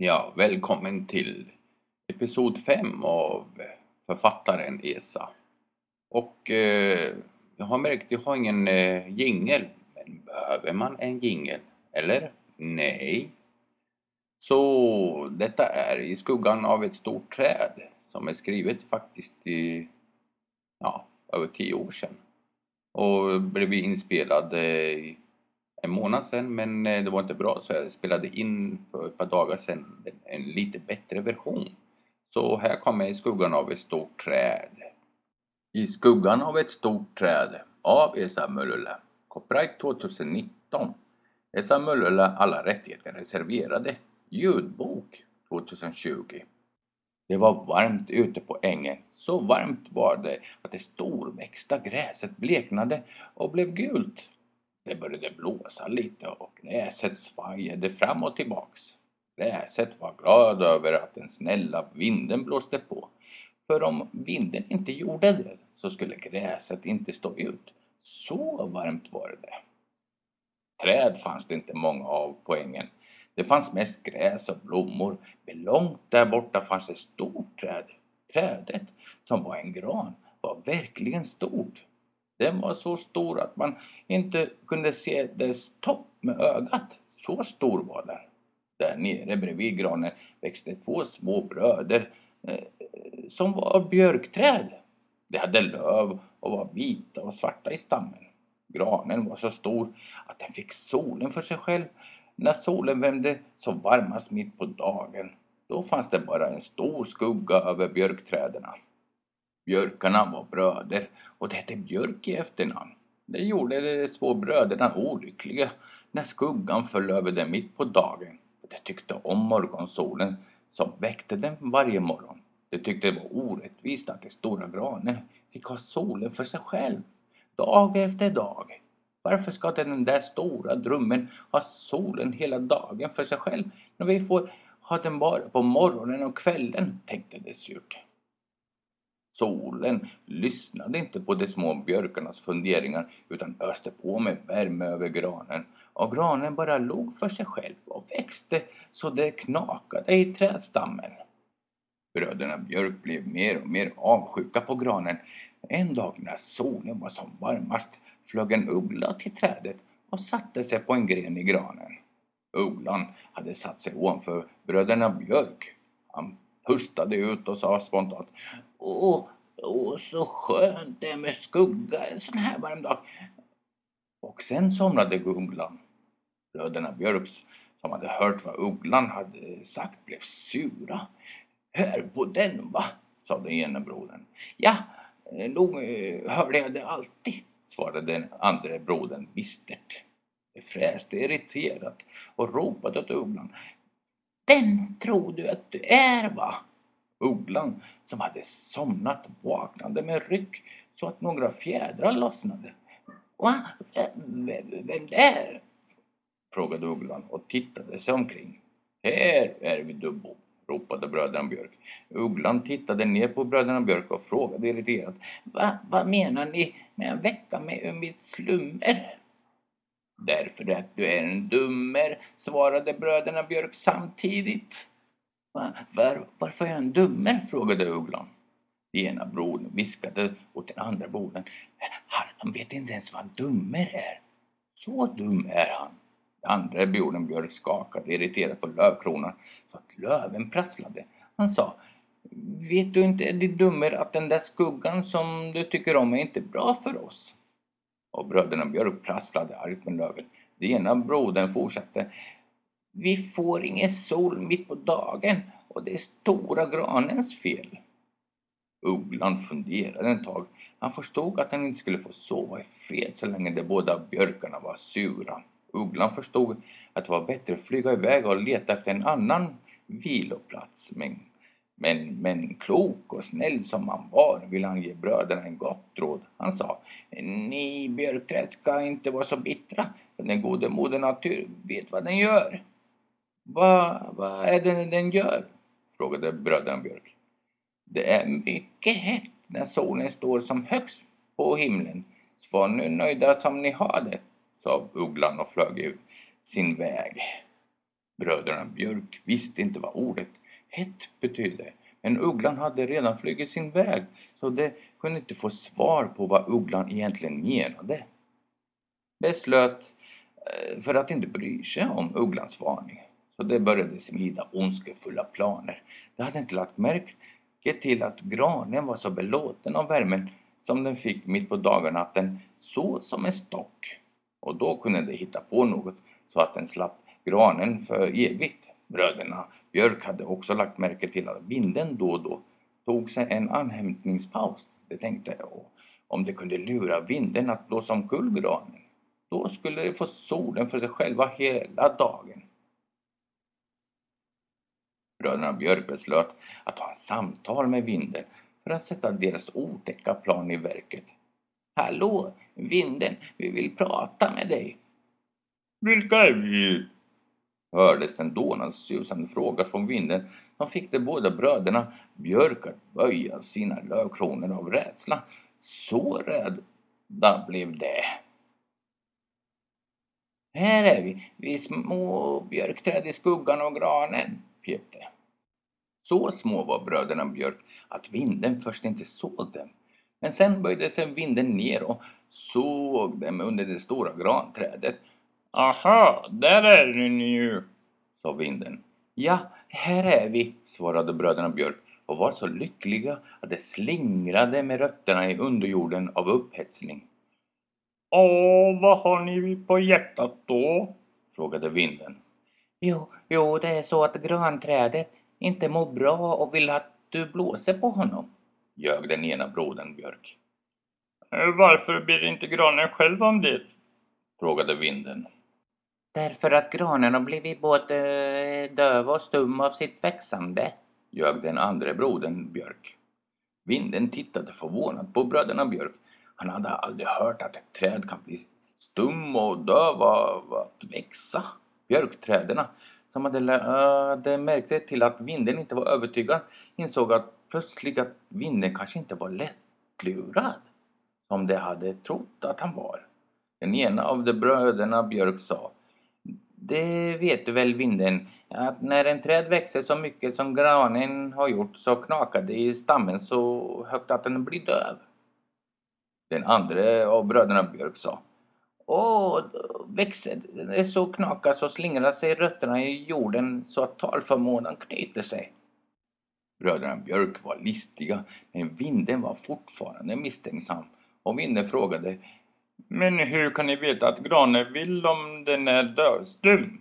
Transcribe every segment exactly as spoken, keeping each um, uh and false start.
Ja, välkommen till episod fem av författaren Esa. Och eh, jag har märkt, jag har ingen eh, jingel. Men behöver man en jingel? Eller? Nej. Så detta är I skuggan av ett stort träd, som är skrivet faktiskt i, ja, över tio år sedan. Och blev inspelad eh, en månad sedan, men eh, det var inte bra, så jag spelade in för ett par dagar sedan en lite bättre version. Så här kommer I skuggan av ett stort träd. I skuggan av ett stort träd av Esa Möllölä. Copyright tjugonitton. Esa Möllölä, alla rättigheter reserverade. Ljudbok tjugotjugo. Det var varmt ute på ängen. Så varmt var det att det storväxta gräset bleknade och blev gult. Det började blåsa lite och gräset svajade fram och tillbaks. Gräset var glad över att den snälla vinden blåste på. För om vinden inte gjorde det så skulle gräset inte stå ut. Så varmt var det. Träd fanns det inte många av på ängen. Det fanns mest gräs och blommor. Men långt där borta fanns ett stort träd. Trädet, som var en gran, var verkligen stort. Den var så stor att man inte kunde se dess topp med ögat. Så stor var den. Där nere bredvid granen växte två små bröder eh, som var björkträd. De hade löv och var vita och svarta i stammen. Granen var så stor att den fick solen för sig själv. När solen vände som varmast mitt på dagen, då fanns det bara en stor skugga över björkträderna. Björkarna var bröder och det hette Björk i efternamn. Det gjorde de två bröderna olyckliga när skuggan föll över dem mitt på dagen. De tyckte om morgonsolen som väckte dem varje morgon. De tyckte det var orättvist att den stora granen fick ha solen för sig själv, dag efter dag. Varför ska den där stora drömmen ha solen hela dagen för sig själv när vi får ha den bara på morgonen och kvällen, tänkte de surt. Solen lyssnade inte på de små björkarnas funderingar utan öste på med värme över granen. Och granen bara låg för sig själv och växte så det knakade i trädstammen. Bröderna Björk blev mer och mer avsjuka på granen. En dag när solen var som varmast flög en uggla till trädet och satte sig på en gren i granen. Ugglan hade satt sig ovanför bröderna Björk. Han pustade ut och sa spontant: Åh, åh, så skönt det är med skugga en sån här varm dag. Och sen somnade ugglan. Bröderna Björks, som hade hört vad ugglan hade sagt, blev sura. Hör på den, va? Sa den ena brodern. Ja, nog hörde jag det alltid, svarade den andra brodern bistert. Det fräste irriterat och ropade åt ugglan. Den tror du att du är, va? Ugglan, som hade somnat, vaknade med ryck så att några fjädrar lossnade. Va? Vem där? Frågade ugglan och tittade sig omkring. Här är vi, Dubbo, ropade bröderna Björk. Ugglan tittade ner på bröderna Björk och frågade irriterat. Va, vad menar ni med att väcka mig ur mitt slummer? Därför att du är en dummer, svarade bröderna Björk samtidigt. Va, var, varför är jag en dummer? Frågade ugglan. Den ena brodern viskade åt den andra brodern. Han vet inte ens vad en dummer är. Så dum är han. Den andra brodern Björk skakade irriterat på lövkronan så att löven prasslade. Han sa: Vet du inte, din dummer, att den där skuggan som du tycker om är inte bra för oss? Och bröderna Björk prasslade argt med löven. Den ena brodern fortsatte. Vi får ingen sol mitt på dagen och det är stora granens fel. Ugglan funderade en tag. Han förstod att han inte skulle få sova i fred så länge de båda björkarna var sura. Ugglan förstod att det var bättre att flyga iväg och leta efter en annan viloplats. Men, men, men klok och snäll som han var ville han ge bröderna en gott råd. Han sa: Ni björkträd ska inte vara så bittra, för den gode moder natur vet vad den gör. Vad, vad är det den gör? Frågade bröderna Björk. Det är mycket hett när solen står som högst på himlen. Så var nu nöjda som ni har det, sa ugglan och flög ut sin väg. Bröderna Björk visste inte vad ordet hett betydde, men ugglan hade redan flugit sin väg, så de kunde inte få svar på vad ugglan egentligen menade. Beslöt eh, för att inte bry sig om ugglans varning, så de började smida ondskefulla planer. De hade inte lagt märke till att granen var så belåten av värmen som den fick mitt på dagarna att den såg som en stock. Och då kunde de hitta på något så att den slapp granen för evigt. Bröderna Björk hade också lagt märke till att vinden då och då tog sig en anhämtningspaus. De tänkte oh, om de kunde lura vinden att blåsa omkull granen, då skulle de få solen för sig själva hela dagen. Bröderna Björk beslöt att ha en samtal med vinden för att sätta deras otäcka plan i verket. Hallå, vinden, vi vill prata med dig. Vilka är vi? Hördes den dånande susande fråga från vinden som fick de båda bröderna Björk att böja sina lövkronor av rädsla. Så rädda blev det. Här är vi, vi små björkträd i skuggan av granen, pep det. Så små var bröderna Björk att vinden först inte såg dem. Men sen böjde sig vinden ner och såg dem under det stora granträdet. Aha, där är ni ju, sa vinden. Ja, här är vi, svarade bröderna Björk och var så lyckliga att de slingrade med rötterna i underjorden av upphetsning. Åh, vad har ni på hjärtat då? Frågade vinden. Jo, jo, det är så att granträdet inte mår bra och vill att du blåser på honom, ljög den ena brodern Björk. Varför ber inte granen själv om det? Frågade vinden. Därför att granen har blivit både döv och stum av sitt växande, ljög den andra brodern Björk. Vinden tittade förvånat på bröderna Björk. Han hade aldrig hört att ett träd kan bli stum och döv av att växa. Björkträderna, som hade, hade märkt till att vinden inte var övertygad, insåg att plötsligt att vinden kanske inte var lättlurad, som de hade trott att han var. Den ena av de bröderna Björk sa, det vet du väl vinden, att när en träd växer så mycket som granen har gjort så knakar det i stammen så högt att den blir döv. Den andra av bröderna Björk sa, åh, växer det så knakar så slingrar sig rötterna i jorden så att talförmågan knyter sig. Bröderna Björk var listiga, men vinden var fortfarande misstänksam och vinden frågade, men hur kan ni veta att granen vill om den är dövstum?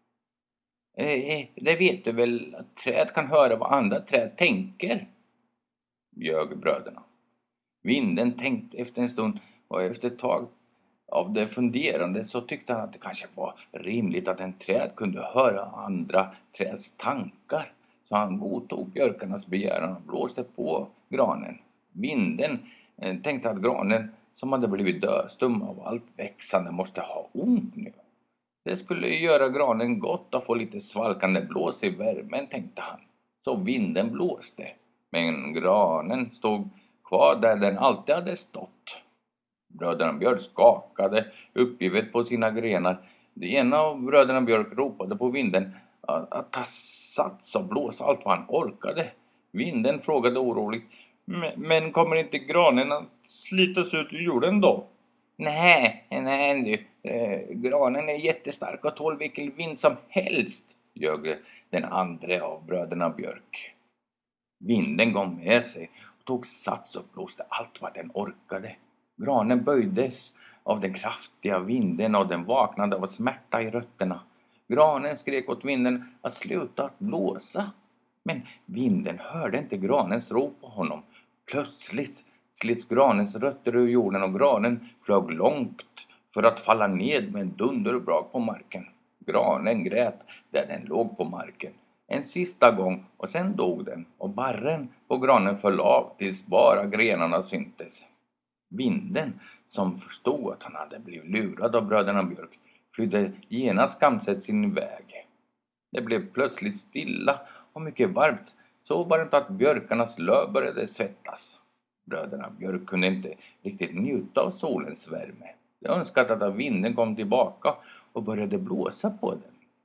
Eh, det vet du väl att träd kan höra vad andra träd tänker, ljög bröderna. Vinden tänkte efter en stund och efter ett tag av det funderande så tyckte han att det kanske var rimligt att en träd kunde höra andra träds tankar. Så han godtog björkarnas begäran och blåste på granen. Vinden eh, tänkte att granen som hade blivit dödstum av allt växande måste ha ont nu. Det skulle göra granen gott att få lite svalkande blås i värmen, tänkte han. Så vinden blåste, men granen stod kvar där den alltid hade stått. Bröderna Björk skakade uppgivet på sina grenar. Det ena av bröderna Björk ropade på vinden att ta sats och blåsa allt vad han orkade. Vinden frågade oroligt, men kommer inte granen att slitas ut ur jorden då? Nej, nej du. Eh, granen är jättestark och tål vilken vind som helst, ljög den andra av bröderna Björk. Vinden gav med sig och tog sats och blåste allt vad den orkade. Granen böjdes av den kraftiga vinden och den vaknade av smärta i rötterna. Granen skrek åt vinden att sluta att blåsa. Men vinden hörde inte granens rop på honom. Plötsligt slits granens rötter ur jorden och granen flög långt för att falla ned med en dunderbrak på marken. Granen grät där den låg på marken en sista gång och sen dog den och barren på granen föll av tills bara grenarna syntes. Vinden, som förstod att han hade blivit lurad av bröderna Björk, flydde genast skamset sin väg. Det blev plötsligt stilla och mycket varmt, så varmt att björkarnas löv började svettas. Bröderna Björk kunde inte riktigt njuta av solens värme. De önskade att vinden kom tillbaka och började blåsa på dem.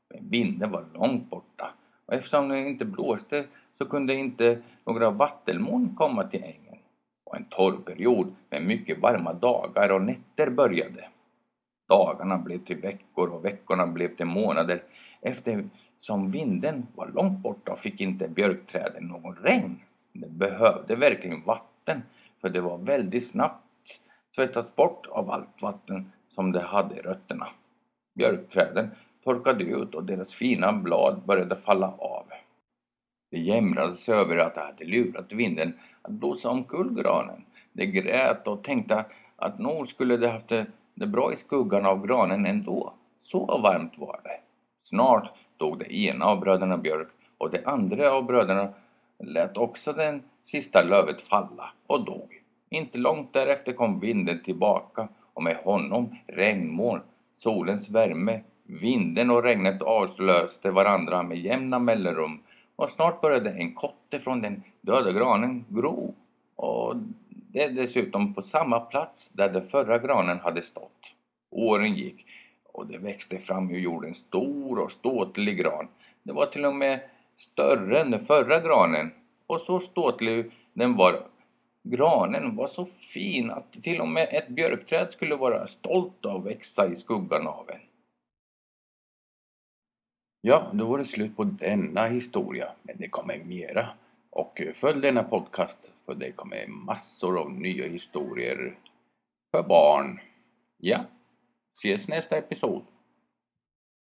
Men vinden var långt borta och eftersom det inte blåste så kunde inte några vattenmoln komma till ängen. Och en torr period med mycket varma dagar och nätter började. Dagarna blev till veckor och veckorna blev till månader. Eftersom vinden var långt borta fick inte björkträden någon regn. Det behövde verkligen vatten, för det var väldigt snabbt tvättats bort av allt vatten som det hade i rötterna. Björkträden torkade ut och deras fina blad började falla av. Det jämrades över att det hade lurat vinden att blåsa omkull granen. Det grät och tänkte att nog skulle det haft det, det bra i skuggan av granen ändå. Så varmt var det. Snart dog det ena av bröderna Björk och det andra av bröderna lät också den sista lövet falla och dog. Inte långt därefter kom vinden tillbaka och med honom regnmoln, solens värme. Vinden och regnet avlöste varandra med jämna mellanrum och snart började en kotte från den döda granen gro. Och det dessutom på samma plats där den förra granen hade stått. Åren gick och det växte fram ur jorden stor och ståtlig gran. Det var till och med större än den förra granen och så ståtlig den var. Granen var så fin att till och med ett björkträd skulle vara stolt av att växa i skuggan av en. Ja, då var det slut på denna historia, men det kommer mera. Och följ denna podcast, för det kommer massor av nya historier för barn. Ja, ses nästa episod.